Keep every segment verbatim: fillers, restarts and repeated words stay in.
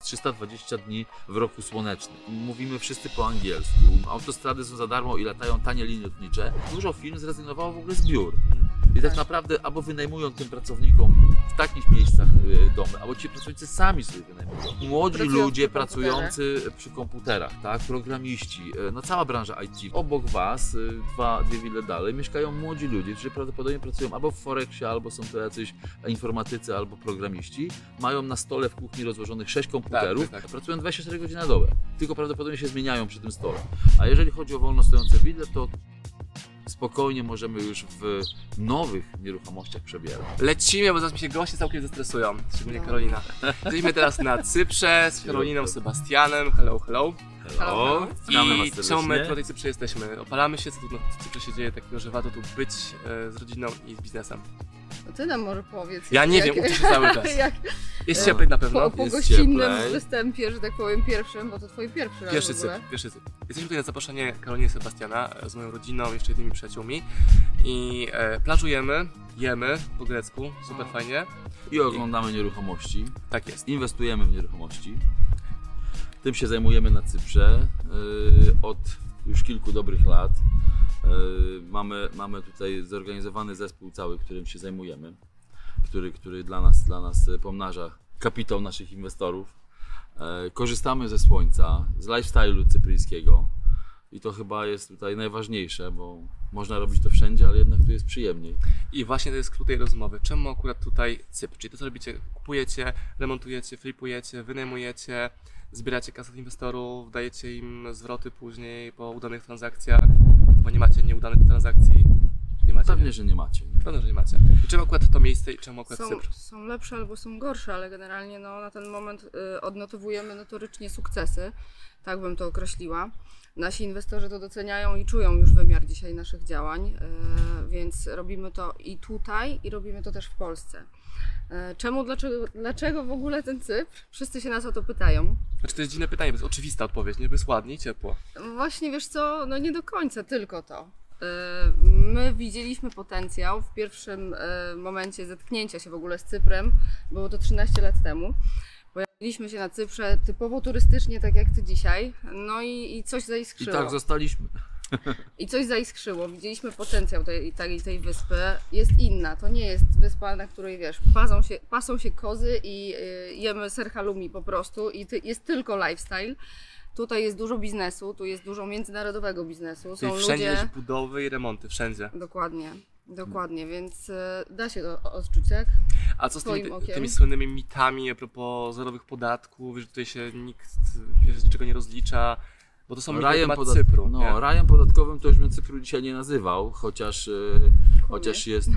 trzysta dwadzieścia dni w roku słonecznym. Mówimy wszyscy po angielsku, autostrady są za darmo i latają tanie linie lotnicze. Dużo firm zrezygnowało w ogóle z biur. I tak naprawdę albo wynajmują tym pracownikom w takich miejscach domy, albo ci pracownicy sami sobie wynajmują. Młodzi Pracują ludzie przy pracujący przy komputerach, tak, programiści, no cała branża I T. Obok was, dwa, dwie wille dalej, mieszkają młodzi ludzie, którzy prawdopodobnie pracują albo w Forexie, albo są to jacyś informatycy, albo programiści. Mają na stole w kuchni rozłożonych sześć komputerów, tak, tak, tak. pracują dwadzieścia cztery godziny na dobę. Tylko prawdopodobnie się zmieniają przy tym stole. A jeżeli chodzi o wolno stojące wille, to spokojnie możemy już w nowych nieruchomościach przebierać. Lecimy, bo zaraz mi się goście całkiem zestresują, szczególnie No. Karolina. Jesteśmy teraz na Cyprze z Karoliną, Sebastianem. Hello, hello. Hello, witamy was I serdecznie. czemu my tutaj na Cyprze jesteśmy? Opalamy się, co tu na Cyprze się dzieje takiego, że warto tu być e, z rodziną i z biznesem. No ty nam może powiedz. Ja nie jak, wiem, uczę się cały czas. Jak, Jest E, ciepłej na pewno. po, po jest gościnnym cieplej. występie, że tak powiem pierwszym, bo to twój pierwszy raz Pierwszy w ogóle. cyp, pierwszy cyp. Jesteśmy tutaj na zaproszenie Karoliny i Sebastiana z moją rodziną, jeszcze innymi przyjaciółmi i e, plażujemy, jemy po grecku, super fajnie. I oglądamy nieruchomości, Tak jest. inwestujemy w nieruchomości. Tym się zajmujemy na Cyprze yy, od już kilku dobrych lat. Yy, mamy, mamy tutaj zorganizowany zespół cały, którym się zajmujemy, który, który dla nas, dla nas pomnaża kapitał naszych inwestorów. Yy, korzystamy ze słońca, z lifestyle'u cypryjskiego i to chyba jest tutaj najważniejsze, bo można robić to wszędzie, ale jednak tu jest przyjemniej. I właśnie to jest skrót tej rozmowy. Czemu akurat tutaj Cypr? Czyli to, co robicie, kupujecie, remontujecie, flipujecie, wynajmujecie, zbieracie kasę od inwestorów, dajecie im zwroty później po udanych transakcjach, bo nie macie nieudanych transakcji. Nie macie. Pewnie, nie? że nie macie. Nie? Pewnie, że nie macie. I czemu akurat to miejsce i czemu akurat Są, Cypr? są lepsze albo są gorsze, ale generalnie no, na ten moment y, odnotowujemy notorycznie sukcesy, tak bym to określiła. Nasi inwestorzy to doceniają i czują już wymiar dzisiaj naszych działań, y, więc robimy to i tutaj, i robimy to też w Polsce. Y, czemu, dlaczego, dlaczego w ogóle ten Cypr? Wszyscy się nas o to pytają. Znaczy to jest dziwne pytanie, to jest oczywista odpowiedź, nie? Bo jest ładnie i ciepło. Właśnie wiesz co, no nie do końca tylko to. Y, My widzieliśmy potencjał w pierwszym y, momencie zetknięcia się w ogóle z Cyprem, było to trzynaście lat temu. Pojawiliśmy się na Cyprze typowo turystycznie, tak jak ty dzisiaj, no i, i coś I zaiskrzyło. tak zostaliśmy. I coś zaiskrzyło, widzieliśmy potencjał tej, tej, tej wyspy. Jest inna, to nie jest wyspa, na której wiesz, pasą się, pasą się kozy i y, jemy ser halloumi po prostu i ty, jest tylko lifestyle. Tutaj jest dużo biznesu, tu jest dużo międzynarodowego biznesu. Są Czyli wszędzie ludzie... jest budowy i remonty, wszędzie. Dokładnie, dokładnie, więc y, da się to odczuć, tak? A co z tymi, Twoim okiem? tymi słynnymi mitami a propos zerowych podatków, że tutaj się nikt wiesz, z niczego nie rozlicza, bo to są mity na Rajem, temat podat... Cypru. no, nie? rajem podatkowym to już bym Cypru dzisiaj nie nazywał, chociaż, e, chociaż jest,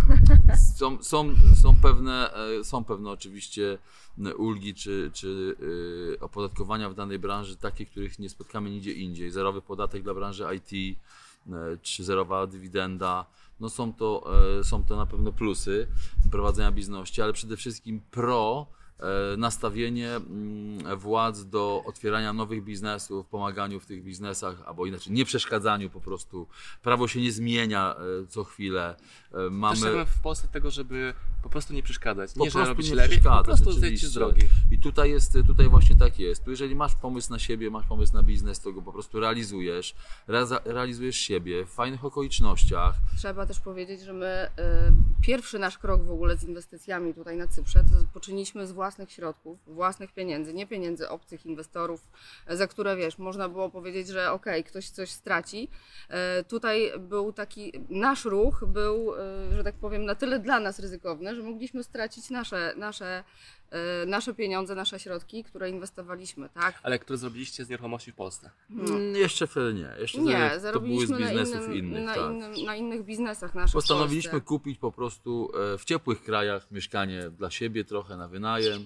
są, są, są, pewne, e, są pewne oczywiście ulgi czy, czy e, opodatkowania w danej branży, takie, których nie spotkamy nigdzie indziej. Zerowy podatek dla branży I T, e, czy zerowa dywidenda. No są to, e, są to na pewno plusy prowadzenia biznesu, ale przede wszystkim pro e, nastawienie mm, władz do otwierania nowych biznesów, pomaganiu w tych biznesach, albo inaczej nie przeszkadzaniu po prostu. Prawo się nie zmienia e, co chwilę. E, Mamy... mamy Też w Polsce tego, żeby po prostu nie przeszkadzać. po Nie, że prostu robić nie lepiej, po przeszkadzać, prostu zejdźcie oczywiście. z drogi. I tutaj jest, tutaj właśnie tak jest. Tu jeżeli masz pomysł na siebie, masz pomysł na biznes, to go po prostu realizujesz, Reza, realizujesz siebie w fajnych okolicznościach. Trzeba też powiedzieć, że my y, pierwszy nasz krok w ogóle z inwestycjami tutaj na Cyprze to poczyniliśmy z własnych środków, własnych pieniędzy, nie pieniędzy obcych inwestorów, za które wiesz, można było powiedzieć, że okej, okay, ktoś coś straci. Y, tutaj był taki, nasz ruch był, y, że tak powiem, na tyle dla nas ryzykowny, że mogliśmy stracić nasze, nasze, y, nasze pieniądze, nasze środki, które inwestowaliśmy, tak? Ale które zrobiliście z nieruchomości w Polsce? No. Mm, Jeszcze wtedy nie. Jeszcze Nie, wtedy to były z zarobiliśmy na, biznesów innym, innych. na, tak. innym, na innych biznesach naszych. Postanowiliśmy w Polsce. kupić po prostu e, w ciepłych krajach mieszkanie dla siebie, trochę na wynajem.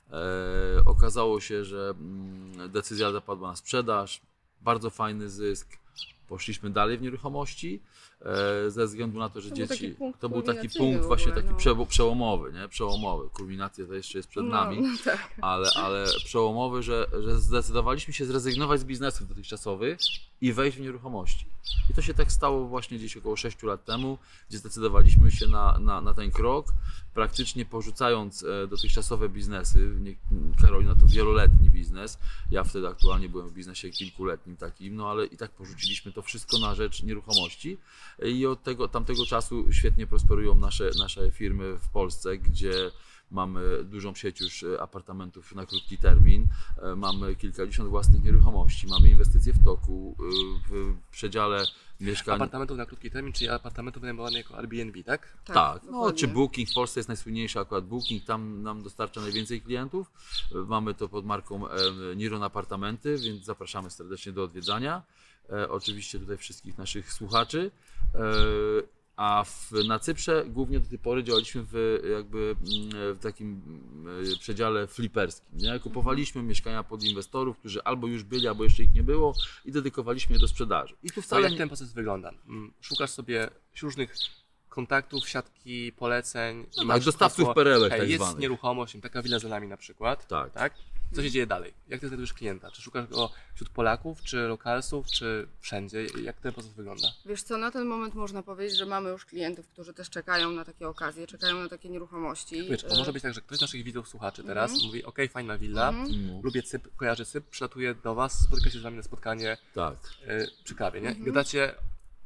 E, okazało się, że mm, decyzja zapadła na sprzedaż, bardzo fajny zysk. Poszliśmy dalej w nieruchomości e, ze względu na to, że To był dzieci. taki punkt To był taki kulminacyjny punkt w właśnie ogóle, taki no. prze, przełomowy, nie? Przełomowy. Kulminacja to jeszcze jest przed nami. No, no tak. Ale, ale przełomowy, że, że zdecydowaliśmy się zrezygnować z biznesów dotychczasowych i wejść w nieruchomości. I to się tak stało właśnie gdzieś około sześciu lat temu, gdzie zdecydowaliśmy się na, na, na ten krok praktycznie porzucając e, dotychczasowe biznesy, nie, Karolina to wieloletni biznes, ja wtedy aktualnie byłem w biznesie kilkuletnim takim, no ale i tak porzuciliśmy to wszystko na rzecz nieruchomości i od tego, tamtego czasu świetnie prosperują nasze, nasze firmy w Polsce, gdzie mamy dużą sieć już apartamentów na krótki termin, mamy kilkadziesiąt własnych nieruchomości, mamy inwestycje w toku, w przedziale mieszkań. Apartamentów na krótki termin, czyli apartamentów wynajmowanych jako Airbnb, tak? Tak, Tak, no, dokładnie. czy Booking, w Polsce jest najsłynniejszy akurat Booking, tam nam dostarcza najwięcej klientów. Mamy to pod marką Niron Apartamenty, więc zapraszamy serdecznie do odwiedzania. E, oczywiście tutaj wszystkich naszych słuchaczy. E, A w, na Cyprze głównie do tej pory działaliśmy w, jakby, w takim przedziale fliperskim. Nie? Kupowaliśmy mieszkania pod inwestorów, którzy albo już byli, albo jeszcze ich nie było i dedykowaliśmy je do sprzedaży. I tu To wcale jak nie... ten proces wygląda? Szukasz sobie różnych kontaktów, siatki, poleceń. No i tak, masz dostawców hasło, perełek hej, tak jest zwanych. nieruchomość, taka willa za nami na przykład. Tak. tak? Co się dzieje dalej? Jak ty znajdujesz klienta? Czy szukasz go wśród Polaków, czy lokalsów, czy wszędzie? Jak ten proces wygląda? Wiesz co, na ten moment można powiedzieć, że mamy już klientów, którzy też czekają na takie okazje, czekają na takie nieruchomości. Wiesz, bo może być tak, że ktoś z naszych widzów, słuchaczy teraz Mhm. mówi, ok, fajna willa, Mhm. No, lubię Cypr, kojarzę Cypr, przylatuje do was, spotyka się z wami na spotkanie tak. y, przy kawie, nie? I Mhm. gadacie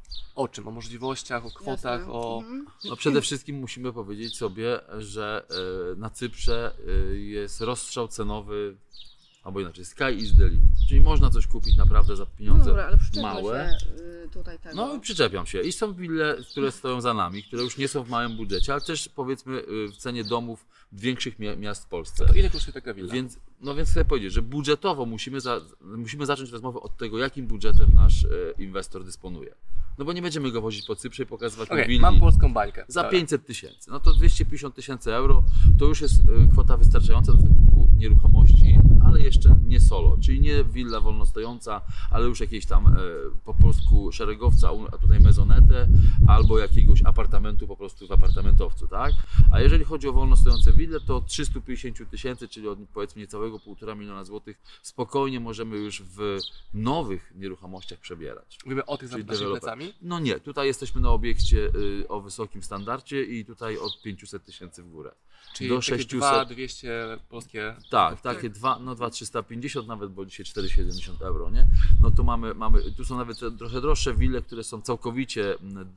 o czym? O możliwościach, o kwotach, Jasne. o... Mhm. No przede wszystkim musimy powiedzieć sobie, że e, na Cyprze e, jest rozstrzał cenowy, albo inaczej, sky is the limit. Czyli można coś kupić naprawdę za No pieniądze dobra, ale przyczepmy małe. się y, tutaj tego. No i przyczepiam się. I są wille, które stoją za nami, które już nie są w małym budżecie, ale też powiedzmy y, w cenie domów większych mia- miast w Polsce. To ile kosztuje taka willa? Więc, no więc chcę powiedzieć, że budżetowo musimy, za, musimy zacząć rozmowę od tego, jakim budżetem nasz e, inwestor dysponuje. No bo nie będziemy go wozić po Cyprze i pokazywać Okej, mu willi mam polską bańkę. za Dobra. pięćset tysięcy. No to dwieście pięćdziesiąt tysięcy euro to już jest e, kwota wystarczająca do zakupu nieruchomości, ale jeszcze nie solo, czyli nie willa wolnostojąca, ale już jakieś tam e, po polsku szeregowca, a tutaj mezonetę, albo jakiegoś apartamentu po prostu w apartamentowcu, tak? A jeżeli chodzi o wolnostojące wille, to trzysta pięćdziesiąt tysięcy, czyli od powiedzmy niecałego półtora miliona złotych, spokojnie możemy już w nowych nieruchomościach przebierać. Mówimy o tych za Czyli naszymi deweloper. plecami? No nie, tutaj jesteśmy na obiekcie y, o wysokim standardzie i tutaj od pięciuset tysięcy w górę. Czyli do takie sześciuset. dwa dwieście polskie... Tak, takie dwa, no dwa trzysta pięćdziesiąt nawet, bo dzisiaj czterysta siedemdziesiąt euro, nie? No to mamy, mamy, tu są nawet te trochę droższe wille, które są całkowicie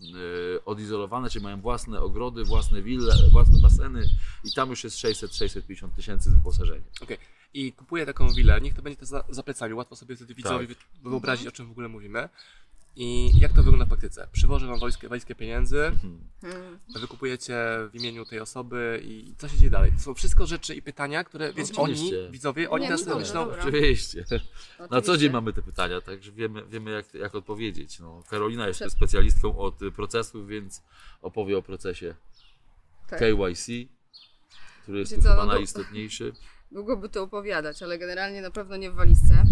y, odizolowane, czyli mają własne ogrody, własne wille, własne baseny i tam już jest sześćset sześćset pięćdziesiąt tysięcy z wyposażeniem. Okej. I kupuję taką willę, niech to będzie to za, za plecami, łatwo sobie wtedy widzowi Tak. wy- wyobrazić, o czym w ogóle mówimy. I jak to wygląda w praktyce? Przywożę wam walizkę, walizkę pieniędzy, Hmm. wy kupujecie w imieniu tej osoby i co się dzieje dalej? To są wszystko rzeczy i pytania, które wiecie, oni, Oczywiście. widzowie, oni Nie, nas no dobra, myślą, dobra. Oczywiście. Na co Oczywiście. dzień mamy te pytania, także wiemy, wiemy jak, jak odpowiedzieć. No, Karolina jest Przed- specjalistką od y, procesów, więc opowie o procesie Tak. K Y C, który jest tu Wiecie co, chyba no to- najistotniejszy. Długo by to opowiadać, ale generalnie na pewno nie w walizce.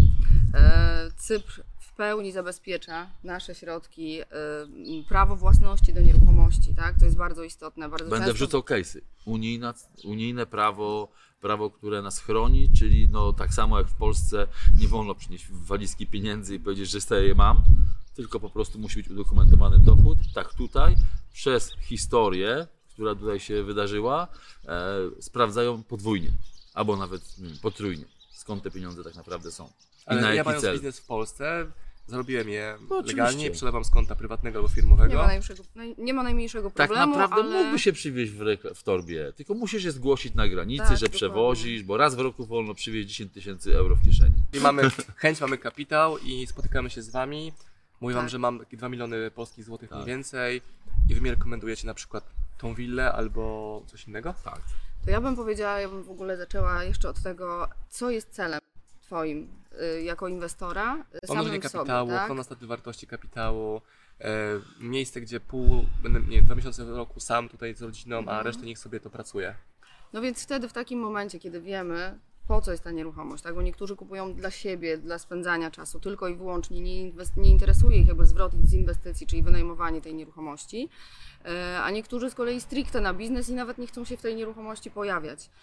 E, Cypr w pełni zabezpiecza nasze środki, e, prawo własności do nieruchomości, tak? To jest bardzo istotne. Bardzo Będę często... wrzucał case'y. Unijna, unijne prawo, prawo, które nas chroni, czyli no, tak samo jak w Polsce nie wolno przynieść walizki pieniędzy i powiedzieć, że sobie je mam, tylko po prostu musi być udokumentowany dochód. Tak tutaj przez historię, która tutaj się wydarzyła, e, sprawdzają podwójnie, albo nawet nie wiem, potrójnie, skąd te pieniądze tak naprawdę są. I ale na ja jaki mając cel. biznes w Polsce, zarobiłem je No, oczywiście. legalnie i przelewam z konta prywatnego albo Nie firmowego. ma, najmniejszego, naj- nie ma najmniejszego Tak problemu, naprawdę ale... mógłby się przywieźć w, rekla- w torbie, tylko musisz je zgłosić na granicy, Tak, że dokładnie. przewozisz, bo raz w roku wolno przywieźć dziesięć tysięcy euro w kieszeni. I mamy chęć, mamy kapitał i spotykamy się z wami. Mówię wam, Tak. że mam takie dwa miliony polskich złotych Tak. mniej więcej i wy mi rekomendujecie na przykład tą willę albo coś innego? Tak. To ja bym powiedziała, ja bym w ogóle zaczęła jeszcze od tego, co jest celem Twoim y, jako inwestora, y, Pomnożenie samym kapitału, sobie, tak? ochrona statu wartości kapitału, e, miejsce, gdzie pół, będę, nie wiem, dwa miesiące w roku sam tutaj z rodziną, a Mhm. resztę niech sobie to pracuje. No więc wtedy w takim momencie, kiedy wiemy, po co jest ta nieruchomość, tak? Bo niektórzy kupują dla siebie, dla spędzania czasu, tylko i wyłącznie, nie, inwest- nie interesuje ich jakby zwrot z inwestycji, czyli wynajmowanie tej nieruchomości, e, a niektórzy z kolei stricte na biznes i nawet nie chcą się w tej nieruchomości pojawiać.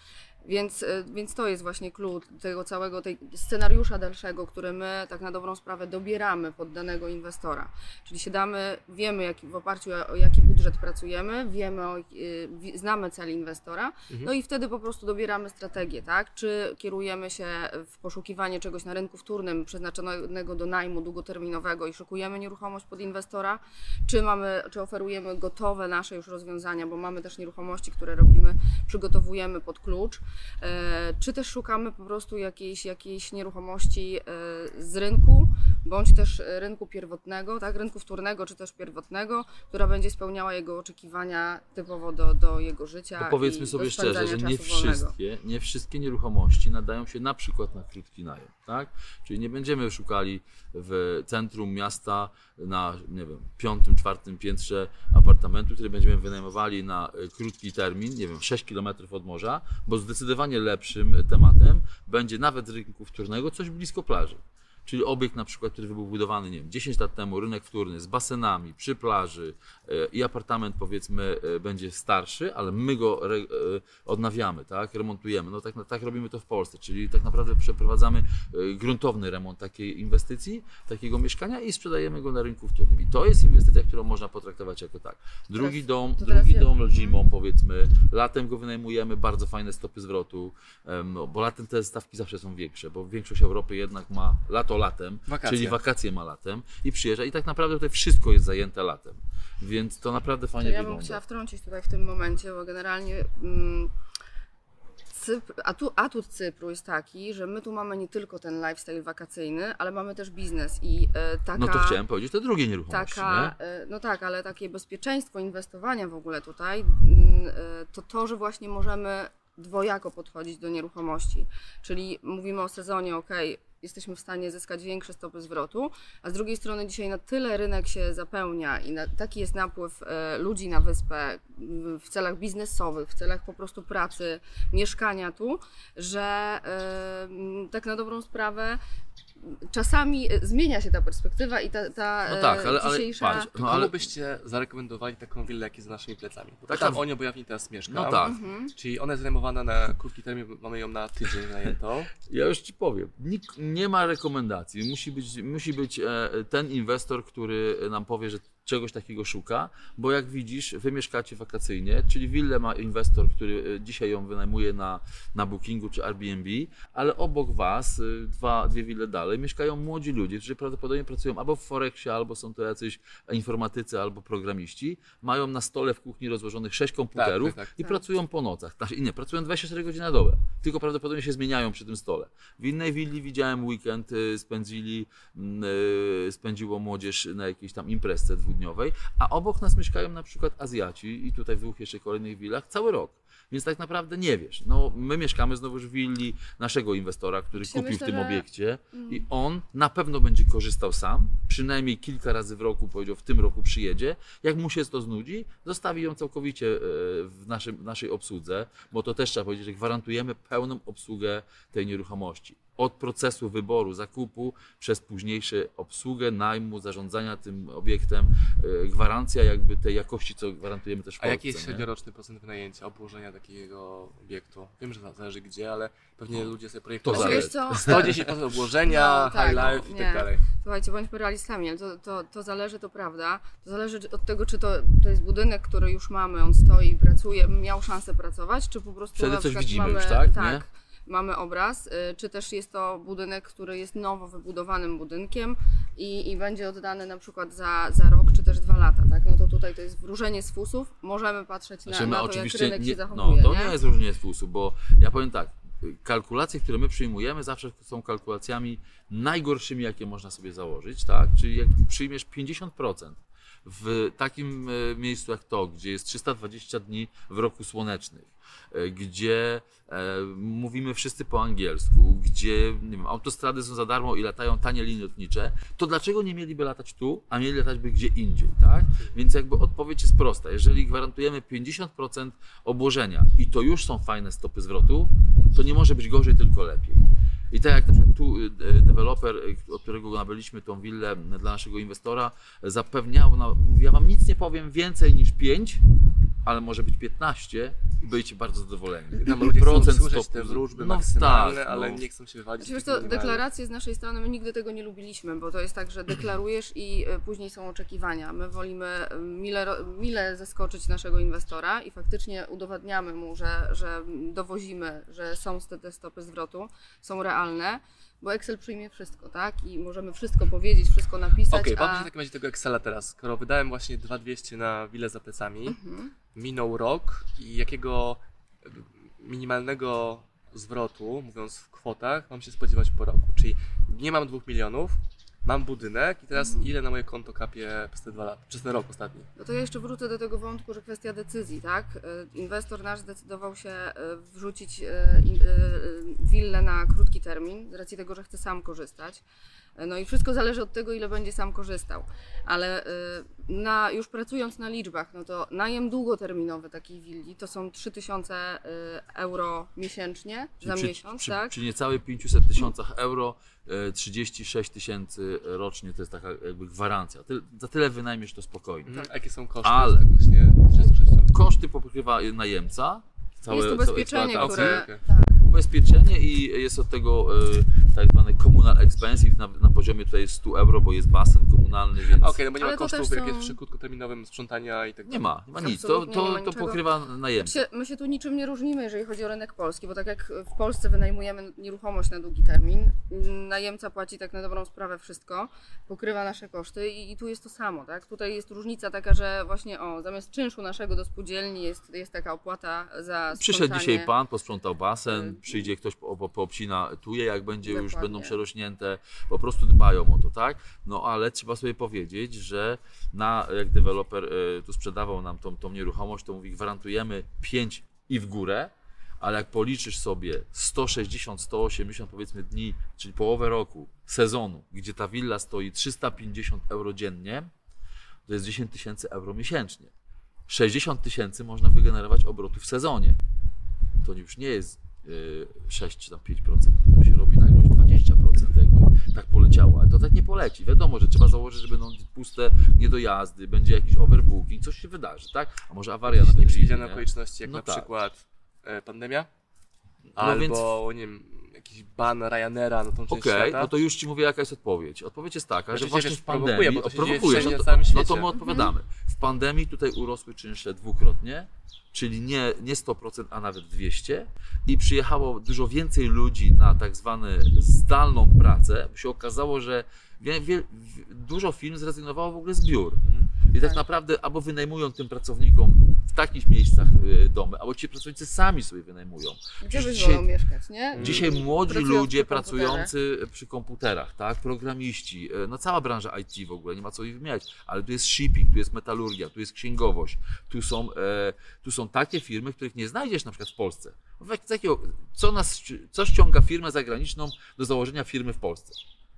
Więc, więc to jest właśnie klucz tego całego tej scenariusza dalszego, który my tak na dobrą sprawę dobieramy pod danego inwestora. Czyli siadamy, wiemy jaki, w oparciu o jaki budżet pracujemy, wiemy o, znamy cel inwestora, mhm. no i wtedy po prostu dobieramy strategię, tak? Czy kierujemy się w poszukiwanie czegoś na rynku wtórnym przeznaczonego do najmu długoterminowego i szukujemy nieruchomość pod inwestora, czy mamy, czy oferujemy gotowe nasze już rozwiązania, bo mamy też nieruchomości, które robimy, przygotowujemy pod klucz, czy też szukamy po prostu jakiejś, jakiejś nieruchomości z rynku, bądź też rynku pierwotnego, tak, rynku wtórnego czy też pierwotnego, która będzie spełniała jego oczekiwania typowo do, do jego życia. To powiedzmy i sobie do szczerze, że nie wolnego. wszystkie, nie wszystkie nieruchomości nadają się na przykład na krótki najem, tak? Czyli nie będziemy szukali w centrum miasta na, nie wiem, piątym, czwartym piętrze apartamentu, który będziemy wynajmowali na krótki termin, nie wiem, sześć kilometrów od morza, bo zdecydowanie lepszym tematem będzie nawet rynku wtórnego coś blisko plaży. Czyli obiekt na przykład, który był budowany, nie wiem, dziesięć lat temu, rynek wtórny z basenami, przy plaży i apartament powiedzmy będzie starszy, ale my go odnawiamy, tak, remontujemy. No tak, tak robimy to w Polsce, czyli tak naprawdę przeprowadzamy gruntowny remont takiej inwestycji, takiego mieszkania i sprzedajemy go na rynku wtórnym. I to jest inwestycja, którą można potraktować jako tak. Drugi dom, drugi dom zimą powiedzmy, latem go wynajmujemy, bardzo fajne stopy zwrotu, bo latem te stawki zawsze są większe, bo większość Europy jednak ma lato latem, wakacje. Czyli wakacje ma latem i przyjeżdża i tak naprawdę tutaj wszystko jest zajęte latem, więc to naprawdę fajnie to ja wygląda. Ja bym chciała wtrącić tutaj w tym momencie, bo generalnie mm, Cypr, atu, atut Cypru jest taki, że my tu mamy nie tylko ten lifestyle wakacyjny, ale mamy też biznes i e, taka... No to chciałem powiedzieć, to drugie nieruchomości, taka, nie? e, no tak, ale takie bezpieczeństwo inwestowania w ogóle tutaj, e, to to, że właśnie możemy dwojako podchodzić do nieruchomości, czyli mówimy o sezonie, ok, jesteśmy w stanie zyskać większe stopy zwrotu, a z drugiej strony dzisiaj na tyle rynek się zapełnia i na, taki jest napływ e, ludzi na wyspę w celach biznesowych, w celach po prostu pracy, mieszkania tu, że e, tak na dobrą sprawę czasami zmienia się ta perspektywa i ta, ta no tak, ale, dzisiejsza... Ale, patrz, no, no, ale... komu byście zarekomendowali taką willę, jak jest za naszymi plecami? Bo Taka... tam o nią, bo ja w niej teraz mieszkam. No tak. Mhm. Czyli ona jest zajmowana na krótki termin, mamy ją na tydzień najętą. Ja już Ci powiem, nikt nie ma rekomendacji. Musi być, musi być ten inwestor, który nam powie, że czegoś takiego szuka, bo jak widzisz, wy mieszkacie wakacyjnie, czyli willę ma inwestor, który dzisiaj ją wynajmuje na, na Bookingu czy Airbnb, ale obok was, dwa, dwie wille dalej, mieszkają młodzi ludzie, którzy prawdopodobnie pracują albo w Forexie, albo są to jacyś informatycy, albo programiści, mają na stole w kuchni rozłożonych sześć komputerów tak, tak, tak. i pracują po nocach. Znaczy, nie, pracują dwadzieścia cztery godziny na dobę, tylko prawdopodobnie się zmieniają przy tym stole. W innej willi widziałem weekend, spędzili, spędziło młodzież na jakiejś tam imprezce dwudniowej, a obok nas mieszkają na przykład Azjaci i tutaj w dwóch jeszcze kolejnych willach cały rok. Więc tak naprawdę nie wiesz. No, my mieszkamy znowu w willi naszego inwestora, który Się kupił myślę, w tym że... obiekcie mm. i on na pewno będzie korzystał sam, przynajmniej kilka razy w roku, powiedział, w tym roku przyjedzie. Jak mu się to znudzi, zostawi ją całkowicie w, naszym, w naszej obsłudze, bo to też trzeba powiedzieć, że gwarantujemy pełną obsługę tej nieruchomości. Od procesu wyboru, zakupu, przez późniejszą obsługę, najmu, zarządzania tym obiektem, gwarancja jakby tej jakości, co gwarantujemy też w Polsce. A jaki jest średnioroczny procent wynajęcia, obłożenia takiego obiektu? Wiem, że zależy gdzie, ale pewnie no, ludzie sobie projektują. To zależy. sto dziesięć procent obłożenia, No, tak, high life no, i tak nie. dalej. Słuchajcie, bądźmy realistami, ale to, to, to zależy, to prawda. To zależy od tego, czy to, to jest budynek, który już mamy, on stoi, pracuje, miał szansę pracować, czy po prostu Wtedy na coś przykład widzimy mamy, już, tak? tak Nie? mamy obraz, czy też jest to budynek, który jest nowo wybudowanym budynkiem i, i będzie oddany na przykład za, za rok, czy też dwa lata, tak? No to tutaj to jest wróżenie z fusów, możemy patrzeć na, Znaczy, na to, oczywiście jak rynek nie, się zachowuje. No, to nie? nie jest różnienie z fusu, bo ja powiem tak, kalkulacje, które my przyjmujemy, zawsze są kalkulacjami najgorszymi, jakie można sobie założyć, tak? Czyli jak przyjmiesz pięćdziesiąt procent w takim miejscu jak to, gdzie jest trzysta dwadzieścia dni w roku słonecznych, gdzie e, mówimy wszyscy po angielsku, gdzie nie wiem, autostrady są za darmo i latają tanie linie lotnicze, to dlaczego nie mieliby latać tu, a mieli latać by gdzie indziej, tak? Więc jakby odpowiedź jest prosta. Jeżeli gwarantujemy pięćdziesiąt procent obłożenia i to już są fajne stopy zwrotu, to nie może być gorzej, tylko lepiej. I tak jak na przykład tu deweloper, od którego nabyliśmy tą willę dla naszego inwestora, zapewniał, no, ja wam nic nie powiem więcej niż pięć, ale może być piętnaście będziecie bardzo zadowoleni. Tam ludzie chcą Procent słyszeć stopu- te wróżby no maksymalne, tak, ale no. nie chcą się wywalić. Znaczy, wiesz tych co, minimalnych. deklaracje z naszej strony, my nigdy tego nie lubiliśmy, bo to jest tak, że deklarujesz i y, później są oczekiwania. My wolimy y, mile, ro- mile zaskoczyć naszego inwestora i faktycznie udowadniamy mu, że, że dowozimy, że są te, te stopy zwrotu, są realne, bo Excel przyjmie wszystko, tak? I możemy wszystko powiedzieć, wszystko napisać, Okej, a... okay, w takim razie tego Excela teraz. Skoro wydałem właśnie dwa tysiące dwieście na willę za plecami, Mhm. minął rok i jakiego minimalnego zwrotu, mówiąc w kwotach, mam się spodziewać po roku? Czyli nie mam dwóch milionów, mam budynek i teraz ile na moje konto kapie przez te dwa lata, przez ten rok ostatni? No to ja jeszcze wrócę do tego wątku, że kwestia decyzji, tak? Y, Inwestor nasz zdecydował się y, wrzucić y, in- y, willę na krótki termin, z racji tego, że chce sam korzystać. Y, No i wszystko zależy od tego, ile będzie sam korzystał. Ale y, na, już pracując na liczbach, no to najem długoterminowy takiej willi to są trzy tysiące y, euro miesięcznie za przy, miesiąc, przy, tak? przy niecałych pięciuset tysiącach euro, e, trzydzieści sześć tysięcy rocznie to jest taka jakby gwarancja. Ty, za tyle wynajmiesz to spokojnie. Mhm. A jakie są koszty? Ale- Tak właśnie trzysta sześć. Koszty pokrywa najemca. Całe, Jest całe ubezpieczenie, eksploatacje. które... Okej, Tak. Ubezpieczenie i jest od tego e, tak zwany communal expensive na, na poziomie tutaj stu euro, bo jest basen komunalny, więc Okej, no bo nie ma Ale to kosztów też jakieś są- przy krótkoterminowym sprzątania i tak dalej. nie ma, nie ma nic. To, Absolutnie nie to, ma to niczego. pokrywa najemca. Się, my się tu niczym nie różnimy, jeżeli chodzi o rynek polski, bo tak jak w Polsce wynajmujemy nieruchomość na długi termin, najemca płaci tak na dobrą sprawę wszystko, pokrywa nasze koszty i, i tu jest to samo, tak? Tutaj jest różnica taka, że właśnie o, zamiast czynszu naszego do spółdzielni jest, jest taka opłata za Przyszedł sprzątanie. dzisiaj pan, posprzątał basen, Y, przyjdzie ktoś, po, po, poobcina tuje, jak będzie już Dokładnie. będą przerośnięte, po prostu dbają o to, tak? No ale trzeba sobie powiedzieć, że na, jak deweloper y, tu sprzedawał nam tą, tą nieruchomość, to mówi, gwarantujemy pięć i w górę, ale jak policzysz sobie sto sześćdziesiąt, sto osiemdziesiąt powiedzmy dni, czyli połowę roku, sezonu, gdzie ta willa stoi trzysta pięćdziesiąt euro dziennie, to jest dziesięć tysięcy euro miesięcznie. sześćdziesiąt tysięcy można wygenerować obrotu w sezonie. To już nie jest y, sześć czy tam pięć procent, to się robi nagle już dwadzieścia procent, jakby tak poleciało, ale to tak nie poleci. Wiadomo, że trzeba założyć, że będą puste niedojazdy, będzie jakiś overbooking, coś się wydarzy, tak? A może awaria Jakieś nawet nieprzewidziane nie? okoliczności, jak No na tak. przykład e, pandemia, No albo więc- nie wiem, jakiś ban Ryanaira na tą część Okej, świata. no to już Ci mówię, jaka jest odpowiedź. Odpowiedź jest taka, Znaczy że się, właśnie wiesz, w prowokuje, pandemii, bo to się dzieje prowokujesz, wszędzie no na to, całym no świecie. to my odpowiadamy. W pandemii tutaj urosły czynsze dwukrotnie, czyli nie, nie sto procent, a nawet dwieście i przyjechało dużo więcej ludzi na tak zwaną zdalną pracę, bo się okazało, że wie, wie, dużo firm zrezygnowało w ogóle z biur. Mhm. I tak Tak. naprawdę albo wynajmują tym pracownikom w takich miejscach y, domy, albo ci pracownicy sami sobie wynajmują. Gdzie byś Dzisiaj- wolał mieszkać, nie? Dzisiaj Mm. młodzi Pracując ludzie przy komputerze. pracujący przy komputerach, tak, programiści, e, no cała branża I T w ogóle, nie ma co ich wymieniać, ale tu jest shipping, tu jest metalurgia, tu jest księgowość, tu są, e, tu są takie firmy, których nie znajdziesz na przykład w Polsce. W takiego, co, nas, co ściąga firmę zagraniczną do założenia firmy w Polsce?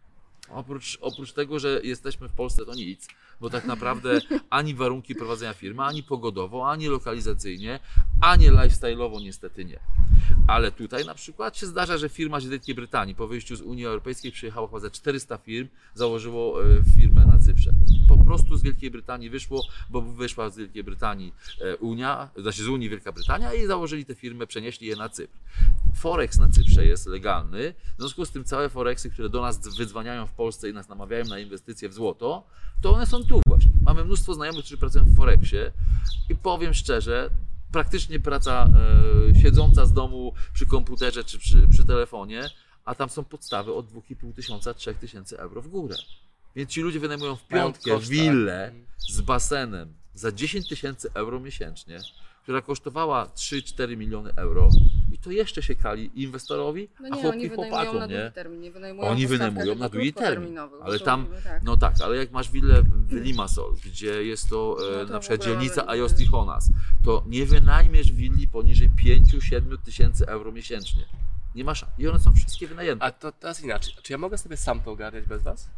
Oprócz, oprócz tego, że jesteśmy w Polsce, to nic, bo tak naprawdę ani warunki prowadzenia firmy, ani pogodowo, ani lokalizacyjnie, ani lifestyle'owo niestety nie. Ale tutaj na przykład się zdarza, że firma z Wielkiej Brytanii po wyjściu z Unii Europejskiej przyjechało chyba ze czterysta firm, założyło e, firmę na Cyprze. Po prostu z Wielkiej Brytanii wyszło, bo wyszła z Wielkiej Brytanii e, Unia, znaczy z Unii Wielka Brytania i założyli tę firmę, przenieśli je na Cypr. Forex na Cyprze jest legalny, w związku z tym całe Forexy, które do nas wydzwaniają w Polsce i nas namawiają na inwestycje w złoto, to one są tu właśnie. Mamy mnóstwo znajomych, którzy pracują w Forexie i powiem szczerze, praktycznie praca e, siedząca z domu przy komputerze czy przy, przy telefonie, a tam są podstawy od dwa i pół tysiąca, trzy tysiące euro w górę. Więc ci ludzie wynajmują w Mają piątkę koszta. willę z basenem za dziesięć tysięcy euro miesięcznie, która kosztowała trzy cztery miliony euro i to jeszcze się kali inwestorowi, No a nie, chłop oni i wynajmują chłopakom, na nie? długi termin, nie wynajmują Oni po stawkach, wynajmują tylko na długi termin, krótkoterminowych, ale bo tam, mówimy tak. no tak, ale jak masz willę w Limassol, gdzie jest to, e, No to na w przykład ogóle dzielnica mamy- Ajos Tichonas, to nie wynajmiesz willi poniżej pięć siedem tysięcy euro miesięcznie. Nie masz, i one są wszystkie wynajęte. A to teraz inaczej. Czy ja mogę sobie sam to ogarniać bez was?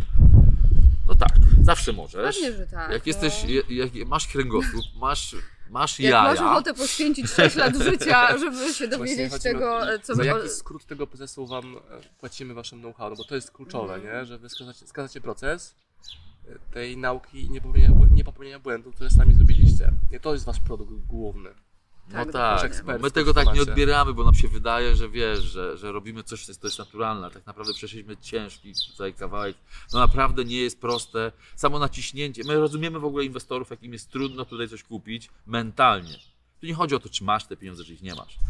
No tak, zawsze możesz. Pewnie, że tak. Jak no. jesteś, jak, jak masz kręgosłup, masz, masz Jak jaja. masz ochotę poświęcić sześć lat życia, żeby się Właśnie dowiedzieć chodzi mi o- tego, co Za my... jaki skrót tego procesu wam e, płacimy waszym know-how? No bo to jest kluczowe, Mhm. nie? Że wy skazacie, skazacie proces e, tej nauki i nie popełnienia, bł- nie popełnienia błędów, które sami zrobiliście. Nie to jest wasz produkt główny. No Tak, tak, ekspert my w tego tak nie temacie. odbieramy, bo nam się wydaje, że wiesz, że, że robimy coś, co jest, to jest naturalne, a tak naprawdę przeszliśmy ciężki tutaj kawałek. No naprawdę nie jest proste. Samo naciśnięcie, my rozumiemy w ogóle inwestorów, jakim jest trudno tutaj coś kupić mentalnie. Tu nie chodzi o to, czy masz te pieniądze, czy ich nie masz.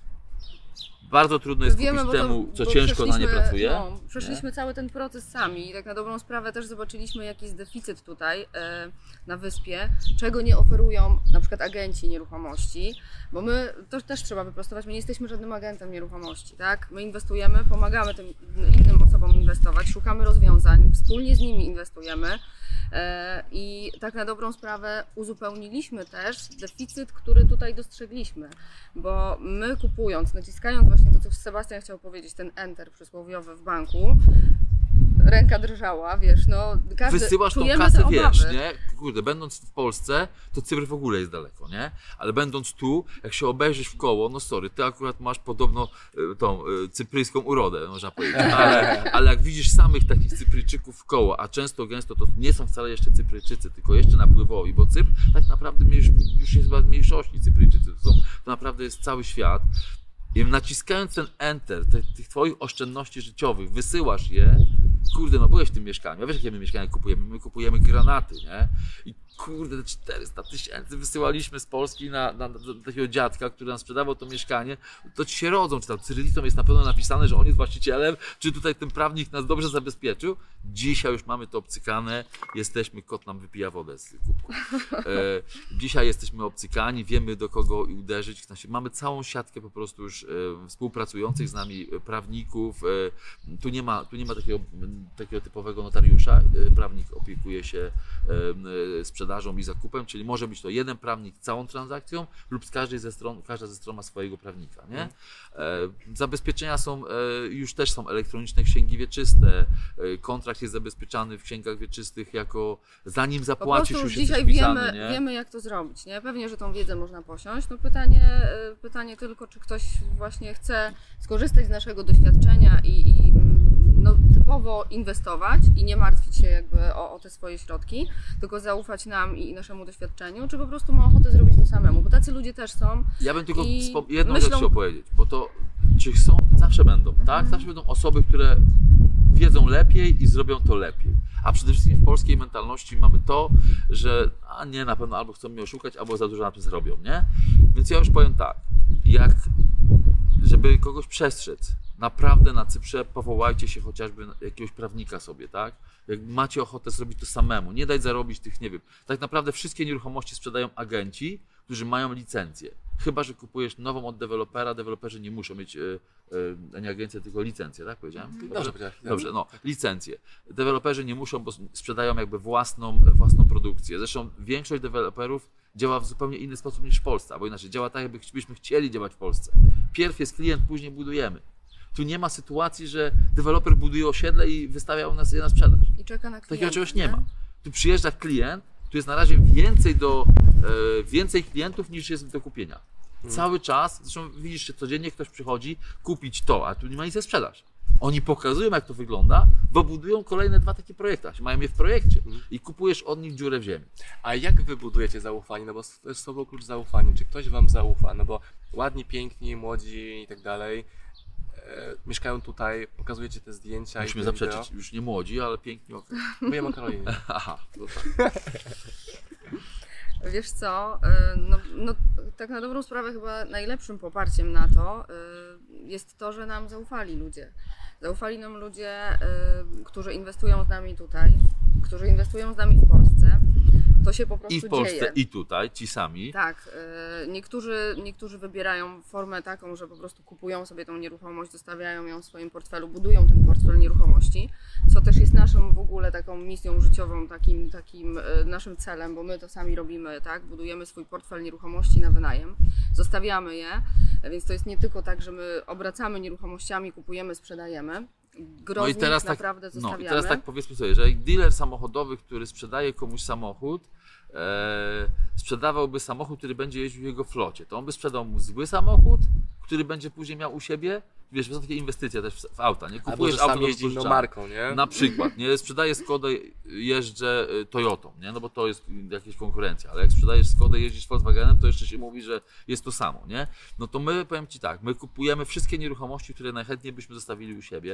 Bardzo trudno jest Wiemy, kupić bo to- temu, co bo ciężko na nie przeszliśmy- pracuje. No, przeszliśmy cały ten proces sami i tak na dobrą sprawę też zobaczyliśmy, jaki jest deficyt tutaj e, na wyspie, czego nie oferują na przykład agenci nieruchomości, bo my, to też trzeba wyprostować, my nie jesteśmy żadnym agentem nieruchomości, tak? My inwestujemy, pomagamy tym innym osobom inwestować, szukamy rozwiązań, wspólnie z nimi inwestujemy. E, I tak na dobrą sprawę uzupełniliśmy też deficyt, który tutaj dostrzegliśmy, bo my kupując, naciskając właśnie to, co Sebastian chciał powiedzieć, ten enter przysłowiowy w banku, ręka drżała, wiesz, no każdy, Wysyłasz tą czujemy kasę, te wiesz, obawy. nie? Kurde, będąc w Polsce, to Cypr w ogóle jest daleko, nie? Ale będąc tu, jak się obejrzysz w koło, no sorry, ty akurat masz podobno y, tą y, cypryjską urodę, można powiedzieć, ale, ale jak widzisz samych takich Cypryjczyków w koło, a często gęsto to nie są wcale jeszcze Cypryjczycy, tylko jeszcze napływowi, bo Cypr tak naprawdę już, już jest chyba w mniejszości Cypryjczycy, to, są, to naprawdę jest cały świat. I naciskając ten enter, te, tych twoich oszczędności życiowych, wysyłasz je, kurde, no byłeś w tym mieszkaniu, a wiesz jakie my mieszkania kupujemy? My kupujemy granaty, nie? I kurde, te czterysta tysięcy wysyłaliśmy z Polski na, na, na takiego dziadka, który nam sprzedawał to mieszkanie, to ci się rodzą, czy tam cyrylicą jest na pewno napisane, że on jest właścicielem, czy tutaj ten prawnik nas dobrze zabezpieczył. Dzisiaj już mamy to obcykane, jesteśmy, kot nam wypija wodę z kubku. E, dzisiaj jesteśmy obcykani, wiemy do kogo uderzyć, znaczy, mamy całą siatkę po prostu już e, współpracujących z nami prawników, e, tu nie ma, tu nie ma takiego, takiego typowego notariusza, e, prawnik opiekuje się e, sprzedażą i zakupem, czyli może być to jeden prawnik całą transakcją lub z każdej ze stron, każda ze stron ma swojego prawnika, nie? E, zabezpieczenia są, e, już też są elektroniczne księgi wieczyste, e, kontrakt jest zabezpieczany w księgach wieczystych jako zanim Po zapłacisz prostu już dzisiaj jesteś wpisany, wiemy, nie? wiemy, jak to zrobić, nie? Pewnie, że tą wiedzę można posiąść. No pytanie, y, pytanie tylko, czy ktoś właśnie chce skorzystać z naszego doświadczenia i, i mm, no, typowo inwestować i nie martwić się jakby o, o te swoje środki, tylko zaufać nam i naszemu doświadczeniu, czy po prostu ma ochotę zrobić to samemu, bo tacy ludzie też są. Ja bym tylko I wspom- jedną myślą- rzecz chciał powiedzieć, bo to czy są, zawsze będą, tak? Zawsze będą osoby, które wiedzą lepiej i zrobią to lepiej. A przede wszystkim w polskiej mentalności mamy to, że a nie, na pewno albo chcą mnie oszukać, albo za dużo na tym zrobią, nie? Więc ja już powiem tak, jak żeby kogoś przestrzec, naprawdę na Cyprze powołajcie się chociażby na jakiegoś prawnika sobie, tak? Jak macie ochotę zrobić to samemu, nie dać zarobić tych, nie wiem, tak naprawdę wszystkie nieruchomości sprzedają agenci, którzy mają licencję. Chyba że kupujesz nową od dewelopera, deweloperzy nie muszą mieć, yy, yy, nie agencję, tylko licencję, tak powiedziałem? Dobrze powiedziałeś. Dobrze, no, licencje. Deweloperzy nie muszą, bo sprzedają jakby własną, własną produkcję. Zresztą większość deweloperów działa w zupełnie inny sposób niż w Polsce, albo inaczej, działa tak, jakbyśmy chcieli działać w Polsce. Pierw jest klient, później budujemy. Tu nie ma sytuacji, że deweloper buduje osiedle i wystawia u nas je na sprzedaż. I czeka na klienta. Takiego czegoś nie ma. Tu przyjeżdża klient, tu jest na razie więcej, do, e, więcej klientów niż jest do kupienia. Cały czas, zresztą widzisz, że codziennie ktoś przychodzi kupić to, a tu nie ma nic ze sprzedaż. Oni pokazują, jak to wygląda, bo budują kolejne dwa takie projekty, mają je w projekcie i kupujesz od nich dziurę w ziemi. A jak wy budujecie zaufanie? No bo to jest słowo klucz zaufania. Czy ktoś wam zaufa? No bo ładni, piękni, młodzi i tak dalej e, mieszkają tutaj, pokazujecie te zdjęcia Musimy i te zaprzeczyć, wideo. już nie młodzi, ale piękni. Okay. Mówię o Karolinie. Aha, no tak. Wiesz co, y, no, no tak na dobrą sprawę chyba najlepszym poparciem na to y, jest to, że nam zaufali ludzie. Zaufali nam ludzie, y, którzy inwestują z nami tutaj, którzy inwestują z nami w Polsce. To się po prostu I w Polsce, dzieje. i tutaj, ci sami. Tak, y, niektórzy, niektórzy wybierają formę taką, że po prostu kupują sobie tą nieruchomość, zostawiają ją w swoim portfelu, budują ten portfel nieruchomości, co też jest naszą w ogóle taką misją życiową, takim, takim y, naszym celem, bo my to sami robimy, tak? Budujemy swój portfel nieruchomości na wynajem, zostawiamy je, więc to jest nie tylko tak, że my obracamy nieruchomościami, kupujemy, sprzedajemy. Gros No i z teraz nich tak, naprawdę no zostawiamy. i teraz tak powiedzmy sobie, że dealer samochodowy, który sprzedaje komuś samochód, e, sprzedawałby samochód, który będzie jeździł w jego flocie, to on by sprzedał mu zły samochód, który będzie później miał u siebie, wiesz, są takie inwestycje też w, w auta, nie? Albo Kupujesz że auto sam do jeździ inną wypożyczania. marką, nie? Na przykład, nie? Sprzedaję Skodę, jeżdżę Toyotą, nie? No bo to jest jakaś konkurencja, ale jak sprzedajesz Skodę, jeździsz Volkswagenem, to jeszcze się mówi, że jest to samo, nie? No to my, powiem Ci tak, my kupujemy wszystkie nieruchomości, które najchętniej byśmy zostawili u siebie,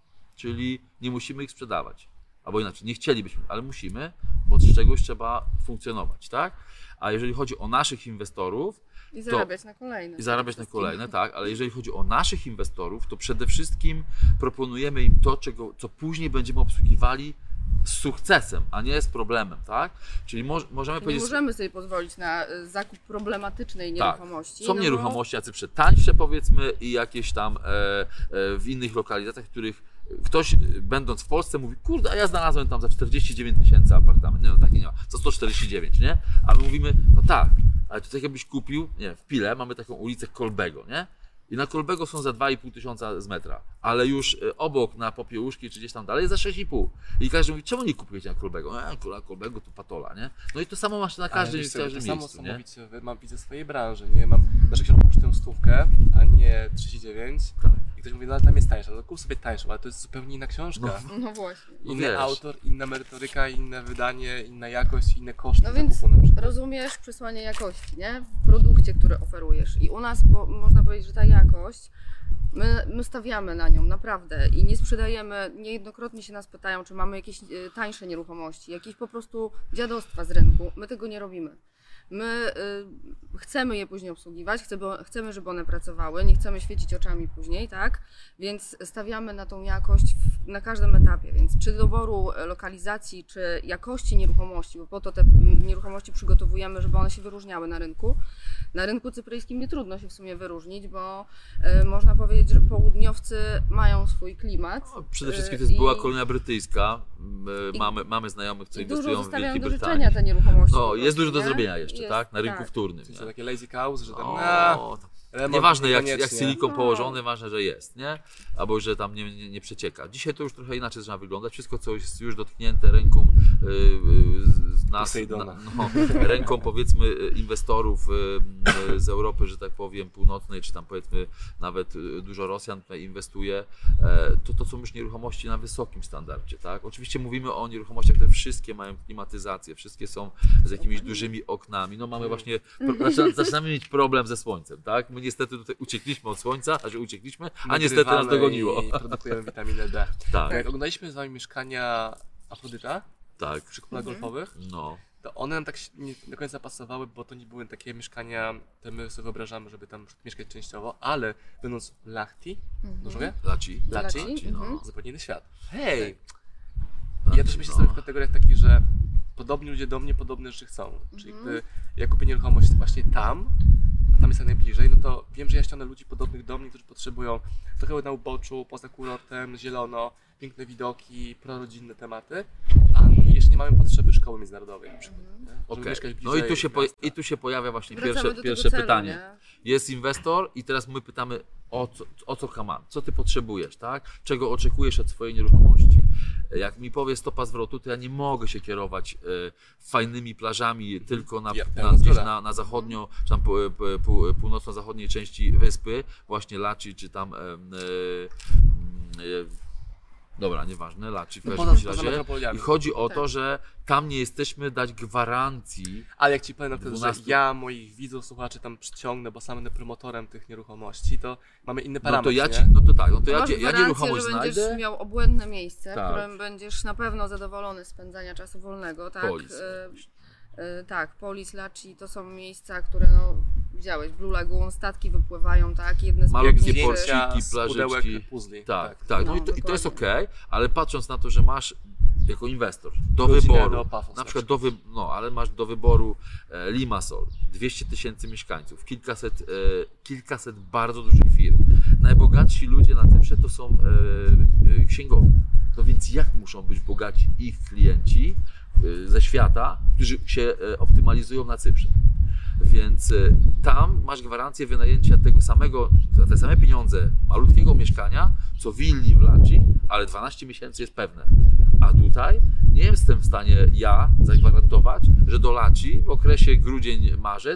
czyli nie musimy ich sprzedawać. Albo inaczej, nie chcielibyśmy, ale musimy, bo z czegoś trzeba funkcjonować, tak? A jeżeli chodzi o naszych inwestorów, I zarabiać na kolejne. i zarabiać na kolejne, tak, ale jeżeli chodzi o naszych inwestorów, to przede wszystkim proponujemy im to, czego, co później będziemy obsługiwali z sukcesem, a nie z problemem, tak? Czyli mo możemy Nie powiedzieć... możemy sobie pozwolić na y, zakup problematycznej nieruchomości. Są no nieruchomości na Cyprze tańsze, powiedzmy, i jakieś tam e, e, w innych lokalizacjach, w których ktoś, będąc w Polsce, mówi, kurde, a ja znalazłem tam za czterdzieści dziewięć tysięcy apartament. Nie, no taki nie ma, za sto czterdzieści dziewięć, nie? A my mówimy, no tak, ale to tak jakbyś kupił, nie, w Pile mamy taką ulicę Kolbego, nie? I na Kolbego są za dwa i pół tysiąca z metra, ale już obok na Popiełuszki czy gdzieś tam dalej za sześć i pół. I każdy mówi, czemu nie kupujecie na Kolbego? E, na Kolbego to patola, nie? No i to samo masz na każdym, wiesz w co, każdym to samo miejscu, nie? samowicie mam, widzę swojej branży, nie? Mam, nasze książki kosztują stówkę, a nie trzydzieści dziewięć. Tak. I ktoś mówi, no ale tam jest tańsza, no kup sobie tańszą, ale to jest zupełnie inna książka. No. No właśnie. No Inny wiesz. autor, inna merytoryka, inne wydanie, inna jakość, inne koszty No więc zakupu na przykład. rozumiesz przesłanie jakości, nie? W produkcie, który oferujesz. I u nas po, można powiedzieć, że ta jakość, my, my stawiamy na nią naprawdę i nie sprzedajemy, niejednokrotnie się nas pytają, czy mamy jakieś y, tańsze nieruchomości, jakieś po prostu dziadostwa z rynku. My tego nie robimy. My y, chcemy je później obsługiwać, chcemy, chcemy, żeby one pracowały, nie chcemy świecić oczami później, tak? Więc stawiamy na tą jakość w, na każdym etapie, więc czy doboru lokalizacji, czy jakości nieruchomości, bo po to te nieruchomości przygotowujemy, żeby one się wyróżniały na rynku. Na rynku cypryjskim nie trudno się w sumie wyróżnić, bo y, można powiedzieć, że południowcy mają swój klimat. No, przede wszystkim to y, jest była i- kolonia brytyjska. My i- mamy, mamy znajomych, co I inwestują dużo w zostawiają Wielkiej do Brytanii. życzenia te nieruchomości. No, po jest dużo do prostu, nie? zrobienia jeszcze, Jest, tak? Na rynku tak. wtórnym. Czyli Nie? to takie lazy cows, że tam O, no, remont nieważne jak, jak niekoniecznie. silikon No. położony, ważne, że jest, nie? Albo że tam nie, nie, nie przecieka. Dzisiaj to już trochę inaczej zaczyna wyglądać. Wszystko, co jest już dotknięte ręką yy, yy, z nas, Posejdona. na, no, ręką powiedzmy inwestorów yy, z Europy, że tak powiem, północnej, czy tam powiedzmy nawet yy, dużo Rosjan tutaj inwestuje, e, to to są już nieruchomości na wysokim standardzie, tak? Oczywiście mówimy o nieruchomościach, które wszystkie mają klimatyzację, wszystkie są z jakimiś dużymi oknami. No mamy właśnie, pro, zaczynamy, zaczynamy mieć problem ze słońcem, tak? My niestety tutaj uciekliśmy od słońca, a że uciekliśmy, a niestety nas Nagrywamy dogoniło. I produkujemy witaminę D. Tak, Jak oglądaliśmy z wami mieszkania Afrodyta tak, przy kupach Mhm. golfowych, no. to one nam tak się nie do końca pasowały, bo to nie były takie mieszkania, które my sobie wyobrażamy, żeby tam mieszkać częściowo, ale będąc w Lahti, Mhm. dobrze mówię? Laci. Laci? Laci, no. mhm. Zupełnie inny świat. Hej! Laci, Ja też myślę no. sobie w kategoriach takich, że podobni ludzie do mnie podobne rzeczy chcą. Czyli Mhm. gdy ja kupię nieruchomość właśnie tam, a tam jest jak najbliżej, no to wiem, że ja ściągnę ludzi podobnych do mnie, którzy potrzebują trochę na uboczu, poza kurortem, zielono, piękne widoki, prorodzinne tematy, a jeszcze nie mamy potrzeby szkoły międzynarodowej na przykład. nie? Żeby Okej. mieszkać No bliżej i tu, się po, miasta. i tu się pojawia właśnie Wracamy pierwsze, do tego pierwsze celu, pytanie. nie? Jest inwestor i teraz my pytamy, o co, o co Haman, co ty potrzebujesz, tak? Czego oczekujesz od swojej nieruchomości? Jak mi powie stopa zwrotu, to ja nie mogę się kierować e, fajnymi plażami tylko na, Ja, na, pełna gdzieś zgoda. na, na zachodnio, czy tam pół, pół, północno-zachodniej części wyspy, właśnie Laci, czy tam e, e, e, dobra, nieważne, Laci w No każdym poza- poza razie. metropoliami. I chodzi o to, Tak. że tam nie jesteśmy dać gwarancji. Ale jak ci powiem na przykład, że dwunastu ja moich widzów, słuchaczy tam przyciągnę, bo sam będę promotorem tych nieruchomości, to mamy inny No parametr, to ja nie? ci, no to tak, no to ja, Masz ja gwarancję, nieruchomość że będziesz znajdę. miał obłędne miejsce, Tak. w którym będziesz na pewno zadowolony z spędzania czasu wolnego, tak? Polis. E, e, tak, Polis, Laci to są miejsca, które no widziałeś, Blue Lagoon, statki wypływają, tak? Jedne z Malutkie Jak piękniejszych- zdjęcia porciki, z pudełek plażyczki. puzli. Tak, tak. No, No, i, to, i to jest dokładnie. okej, ale patrząc na to, że masz jako inwestor do Godzinę wyboru, do Pafos na na przykład do wy, no, ale masz do wyboru e, Limassol, dwieście tysięcy mieszkańców, kilkaset, e, kilkaset bardzo dużych firm. Najbogatsi ludzie na Cyprze to są e, e, księgowi. No więc jak muszą być bogaci ich klienci e, ze świata, którzy się e, optymalizują na Cyprze? Więc e, tam masz gwarancję wynajęcia tego samego, za te same pieniądze malutkiego mieszkania, co willi w Laci, ale dwanaście miesięcy jest pewne. A tutaj nie jestem w stanie ja zagwarantować, że do Laci w okresie grudzień-marzec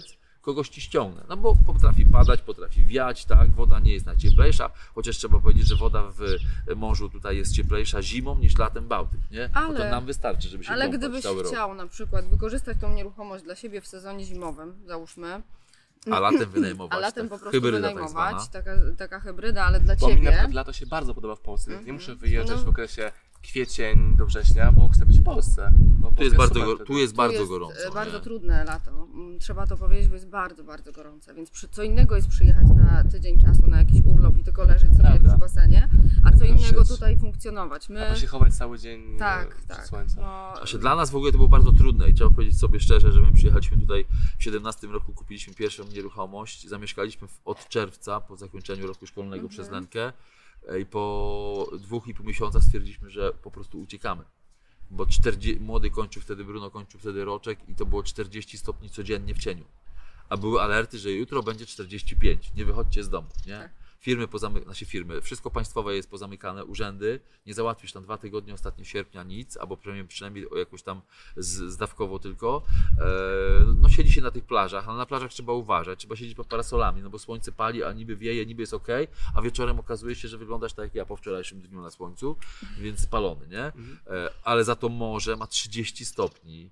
kogoś ci ściągnę. No bo potrafi padać, potrafi wiać, tak? Woda nie jest najcieplejsza, chociaż trzeba powiedzieć, że woda w morzu tutaj jest cieplejsza zimą niż latem Bałtyk, nie? Ale, no to nam wystarczy, żeby się ale kąpać gdybyś cały chciał rok. na przykład wykorzystać tą nieruchomość dla siebie w sezonie zimowym, załóżmy, A latem wynajmować. a latem tak, po prostu hybryda tak wynajmować, zwana. taka, taka hybryda, ale dla Bo mi na ciebie. przykład lato się bardzo podoba w Polsce, więc nie Mhm. muszę wyjeżdżać No. w okresie kwiecień do września, bo chcę być w Polsce. Bo Tu Polska jest bardzo, super go- wtedy. tu jest Tu bardzo jest gorąco. e, bardzo nie? trudne lato. Mm, Trzeba to powiedzieć, bo jest bardzo, bardzo gorące. Więc przy, co innego jest przyjechać na tydzień czasu na jakiś urlop i tylko leżeć sobie Prawda. przy basenie, a co Tylko innego żyć. tutaj funkcjonować. My Albo się chować cały dzień tak, e, tak. przed słońcem. No, Znaczy, dla nas w ogóle to było bardzo trudne i trzeba powiedzieć sobie szczerze, że my przyjechaliśmy tutaj w siedemnastym roku, kupiliśmy pierwszą nieruchomość, zamieszkaliśmy w, od czerwca po zakończeniu roku szkolnego Mhm. przez Lenkę e, i po dwóch i pół miesiąca stwierdziliśmy, że po prostu uciekamy. Bo czterdzieści, młody kończył wtedy, Bruno kończył wtedy roczek i to było czterdzieści stopni codziennie w cieniu. A były alerty, że jutro będzie czterdzieści pięć, nie wychodźcie z domu, nie? Tak. Firmy, pozamy... znaczy firmy, wszystko państwowe jest pozamykane, urzędy, nie załatwisz tam dwa tygodnie ostatnie sierpnia nic, albo przynajmniej, przynajmniej o jakoś tam z, zdawkowo tylko. E, no siedzi się na tych plażach, ale na plażach trzeba uważać, trzeba siedzieć pod parasolami, no bo słońce pali, a niby wieje, niby jest ok, a wieczorem okazuje się, że wyglądasz tak jak ja po wczorajszym dniu na słońcu, więc spalony, nie? E, ale za to morze ma trzydzieści stopni.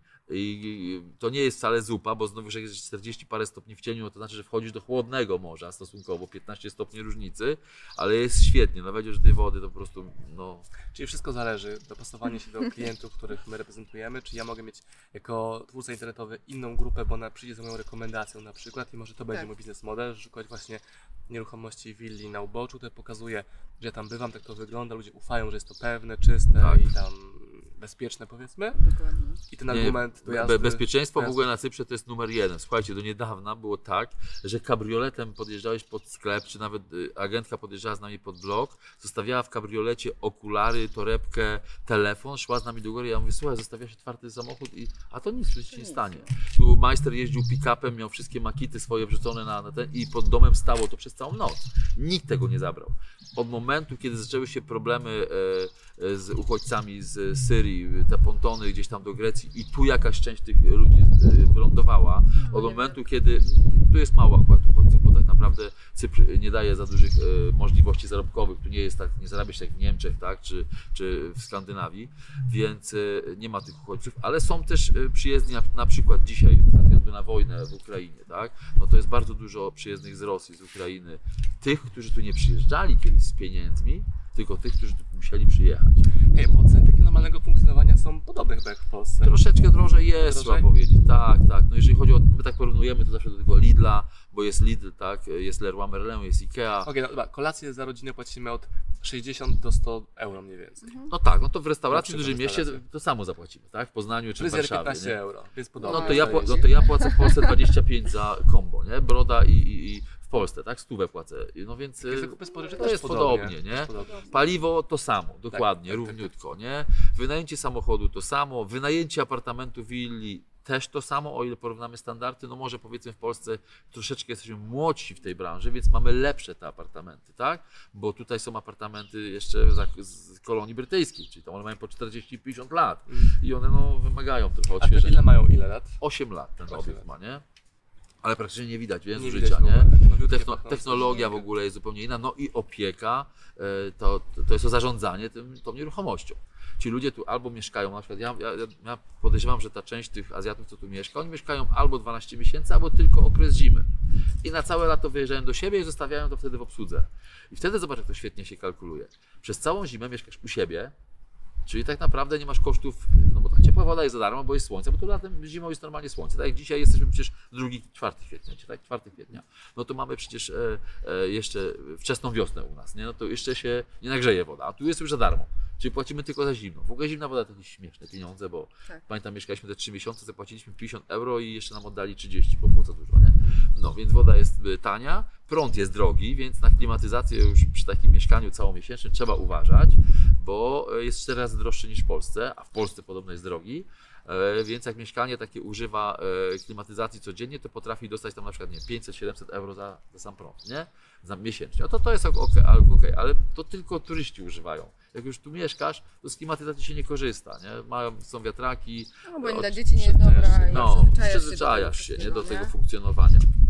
I to nie jest wcale zupa, bo znowu, że jest czterdzieści parę stopni w cieniu, to znaczy, że wchodzisz do chłodnego morza, stosunkowo piętnaście stopni różnicy, ale jest świetnie, no wejdziesz do tej wody, to po prostu, no... Czyli wszystko zależy, dopasowanie się do klientów, których my reprezentujemy, czy ja mogę mieć jako twórca internetowy inną grupę, bo ona przyjdzie za moją rekomendacją na przykład i może to będzie Tak. mój biznes model, szukać właśnie nieruchomości willi na uboczu, to pokazuje, że ja tam bywam, tak to wygląda, ludzie ufają, że jest to pewne, czyste Tak. i tam bezpieczne powiedzmy dokładnie. i ten Nie, argument do be- jazdy... bezpieczeństwo w do ogóle jazdy- na Cyprze to jest numer jeden. Słuchajcie, do niedawna było tak, że kabrioletem podjeżdżałeś pod sklep, czy nawet y, agentka podjeżdżała z nami pod blok, zostawiała w kabriolecie okulary, torebkę, telefon, szła z nami do góry, ja mówię, słuchaj, zostawiasz otwarty samochód i a to nic, przecież się nie nic. stanie. Tu majster jeździł pick-upem, miał wszystkie makity swoje wrzucone na, na ten i pod domem stało to przez całą noc. Nikt tego nie zabrał. Od momentu, kiedy zaczęły się problemy e, e, z uchodźcami z Syrii, te pontony gdzieś tam do Grecji i tu jakaś część tych ludzi e, wylądowała, No, od nie momentu, kiedy tu jest mało akurat uchodźców, bo tak naprawdę Cypr nie daje za dużych e, możliwości zarobkowych, tu nie jest tak, nie zarabia się jak w Niemczech, tak, czy, czy w Skandynawii, więc e, nie ma tych uchodźców, ale są też e, przyjezdni, na, na przykład dzisiaj, ze względu na wojnę w Ukrainie, tak, no to jest bardzo dużo przyjezdnych z Rosji, z Ukrainy, tych, którzy tu nie przyjeżdżali kiedyś z pieniędzmi, tylko tych, którzy tu musieli przyjechać. Ej, bo ceny takiego normalnego funkcjonowania są podobne chyba jak w Polsce. Troszeczkę drożej jest, Drożej? trzeba powiedzieć. Tak, tak. No jeżeli chodzi o, my tak porównujemy to zawsze do tego Lidla, bo jest Lidl, tak, jest Leroy Merlin, jest Ikea. Okej, no dobra, kolację za rodzinę płacimy od sześćdziesiąt do stu euro mniej więcej. No tak, no to w restauracji w Na dużym przykład mieście restauracja. to samo zapłacimy, tak? W Poznaniu czy w Fryzjer Warszawie. piętnaście Nie? euro, więc podobnie. No to, ja, zdaje pła- się. no to ja płacę w Polsce dwadzieścia pięć za kombo, nie? Broda i, i, i w Polsce, tak? Stówę płacę. No więc Takie y, zakupy spożywcze to też jest podobnie, podobnie, też nie? podobnie. Paliwo to samo, dokładnie, tak, tak, równiutko, nie? Wynajęcie samochodu to samo, wynajęcie apartamentu willi też to samo, o ile porównamy standardy, no może powiedzmy w Polsce troszeczkę jesteśmy młodsi w tej branży, więc mamy lepsze te apartamenty, tak? Bo tutaj są apartamenty jeszcze za- z kolonii brytyjskich, czyli to one mają po czterdzieści pięćdziesiąt lat i one no wymagają trochę A te odświeżenia. wille mają ile lat? osiem lat ten osiem obiekt lat. ma, nie? Ale praktycznie nie widać, więc Nie życia, widać w nie? ogóle. Nowiutkie Techno, pachnące. technologia w ogóle jest zupełnie inna, no i opieka, e, to, to jest to zarządzanie tym, tą nieruchomością. Ci ludzie tu albo mieszkają, na przykład ja, ja, ja podejrzewam, że ta część tych Azjatów, co tu mieszka, oni mieszkają albo dwanaście miesięcy, albo tylko okres zimy. I na całe lato wyjeżdżają do siebie i zostawiają to wtedy w obsłudze. I wtedy zobacz, jak to świetnie się kalkuluje. Przez całą zimę mieszkasz u siebie, czyli tak naprawdę nie masz kosztów, no bo ta ciepła woda jest za darmo, bo jest słońce, bo tu latem, zimą jest normalnie słońce. Tak jak dzisiaj jesteśmy przecież drugi, czwarty kwietnia, czy tak, czwarty kwietnia, no to mamy przecież e, e, jeszcze wczesną wiosnę u nas, nie? No to jeszcze się nie nagrzeje woda, a tu jest już za darmo. Czyli płacimy tylko za zimno. W ogóle zimna woda to jakieś śmieszne pieniądze, bo Tak. pamiętam, mieszkaliśmy te trzy miesiące, zapłaciliśmy pięćdziesiąt euro i jeszcze nam oddali trzydzieści, bo było za dużo, nie? No więc woda jest y, tania, prąd jest drogi, więc na klimatyzację już przy takim mieszkaniu całomiesięcznym trzeba uważać, bo y, jest cztery razy droższy niż w Polsce, a w Polsce podobno jest drogi. E, Więc jak mieszkanie takie używa e, klimatyzacji codziennie, to potrafi dostać tam na przykład nie, pięćset siedemset euro za, za sam prąd, nie? Za miesięcznie. No to to jest ok, okay, ale to tylko turyści używają. Jak już tu mieszkasz, to z klimatyzacji się nie korzysta, nie? Mają, są wiatraki. No bo o- dla dzieci nie jest dobra i No, przyzwyczajasz się do przyzwyczajasz się, tego nie, do wszystkiego, tego nie? funkcjonowania.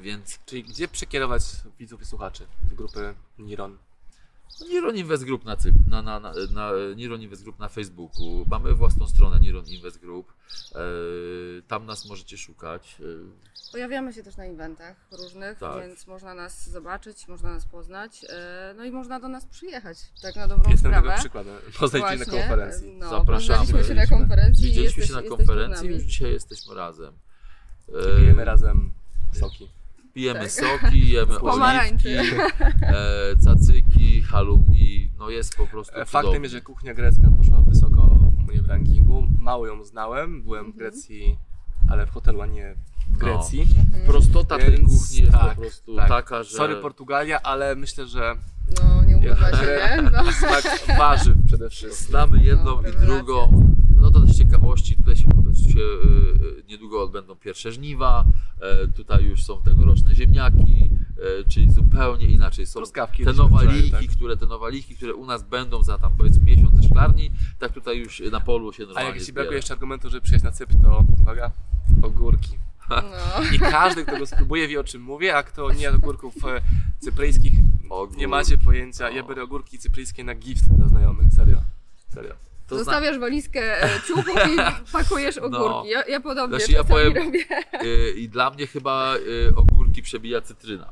Więc Czyli gdzie przekierować widzów i słuchaczy grupy Niron? no, Niron Invest Group na, Cyp- na, na, na, na Niron Invest Group na Facebooku. Mamy własną stronę Niron Invest Group. E, tam nas możecie szukać. E, Pojawiamy się też na eventach różnych, Tak. więc można nas zobaczyć, można nas poznać, e, no i można do nas przyjechać, tak na dobrą Jestem sprawę. tego przykładem. Poznajcie na Właśnie, konferencji. No, Zapraszamy. poznaliśmy się na konferencji i Widzieliśmy jesteś, się na jesteś konferencji tu i z już nami. dzisiaj jesteśmy razem. I pijemy razem soki. Pijemy Tak. soki, jemy Pomarańczy. oliwki, e, cacyki, halloumi, no jest po prostu Faktem cudownie. jest, że kuchnia grecka poszła wysoko u mnie w rankingu. Mało ją znałem, byłem w Grecji, ale w hotelu, a nie w Grecji. Mhm. Prostota tej Więc kuchni jest tak, po prostu tak. taka, że Sorry Portugalia, ale myślę, że No, nie ubywa się, nie? No. smak warzyw przede wszystkim. znamy jedną No, i rewelacja. drugą. No to z ciekawości, tutaj się, się e, niedługo odbędą pierwsze żniwa, e, tutaj już są tegoroczne ziemniaki, e, czyli zupełnie inaczej są Truskawki te jedliśmy wczoraj, nowaliki, tak. które te nowaliki, które u nas będą za tam powiedzmy miesiąc ze szklarni, tak tutaj już na polu się A normalnie jak ci zbiera. brakuje jeszcze argumentu, żeby przyjechać na Cypr, to uwaga, ogórki. No. I każdy, kto go spróbuje, wie o czym mówię, a kto nie jadł ogórków e, cypryjskich, Ogórki. nie macie pojęcia. Ja No. biorę ogórki cypryjskie na gift dla znajomych, serio. Serio. To zna- Zostawiasz walizkę e, ciuchów i pakujesz ogórki. Ja, ja podobnie Znaczy, ja czasami powiem- robię. Y, I dla mnie chyba y, ogórki przebija cytryna.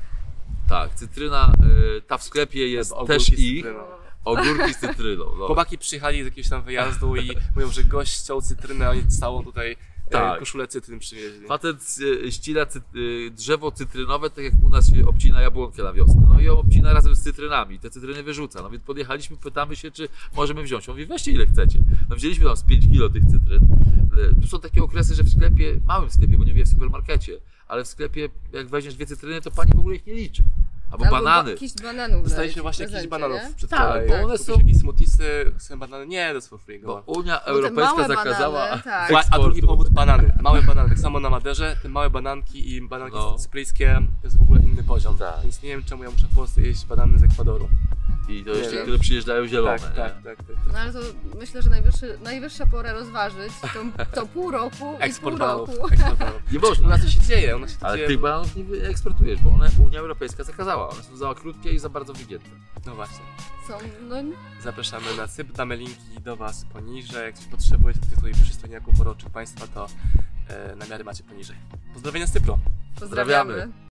Tak, cytryna, y, ta w sklepie jest Ogórki też z ich. cytryną. Ogórki z cytryną. No. Chłopaki przyjechali z jakiegoś tam wyjazdu i mówią, że gość chciał cytrynę, a oni całą tutaj e, Tak. koszulę cytryn przywieźli. Facet y, ścina cy, y, drzewo cytrynowe, tak jak u nas się obcina jabłonkę na wiosnę. No i ją obcina razem z cytrynami. Te cytryny wyrzuca. No więc podjechaliśmy, pytamy się, czy możemy wziąć. On mówi, weźcie ile chcecie. No wzięliśmy tam z pięć kilo tych cytryn. Y, Tu są takie okresy, że w sklepie, małym sklepie, bo nie mówię w supermarkecie, ale w sklepie jak weźmiesz dwie cytryny, to pani w ogóle ich nie liczy. Albo banany. Jakiś bananów. Dostaliśmy dać właśnie w jakichś prezencie, bananów nie? przedwczoraj. Tak, bo one Kupić są- jakieś smoothiesy, chcę banany. Nie, that's for free. Bo Go. Unia Bo te Europejska małe zakazała banany, tak. A, a eksportu. drugi powód banany. Małe banany. Tak samo na Maderze, te małe bananki i bananki No. cypryjskie to jest w ogóle inny poziom. Tak. Więc nie wiem, czemu ja muszę w Polsce jeść banany z Ekwadoru. I to Nie jeszcze, wiem. które przyjeżdżają zielone. Tak, nie? tak, tak, tak, tak. No ale to myślę, że najwyższy, najwyższa pora rozważyć to, to pół roku i Eksport pół bananów. roku. Eksport bananów. Nie U można. nas to się dzieje, u nas się to Ale dzieje. tych bananów nie eksportujesz, bo one Unia Europejska zakazała. One są za krótkie i za bardzo wygięte. No właśnie. Są, no, Zapraszamy na Cypr, damy linki do Was poniżej. Jak coś potrzebujecie tutaj przystojniaków, uroczych Państwa, to e, namiary macie poniżej. Pozdrowienia z Cypru. pozdrawiamy.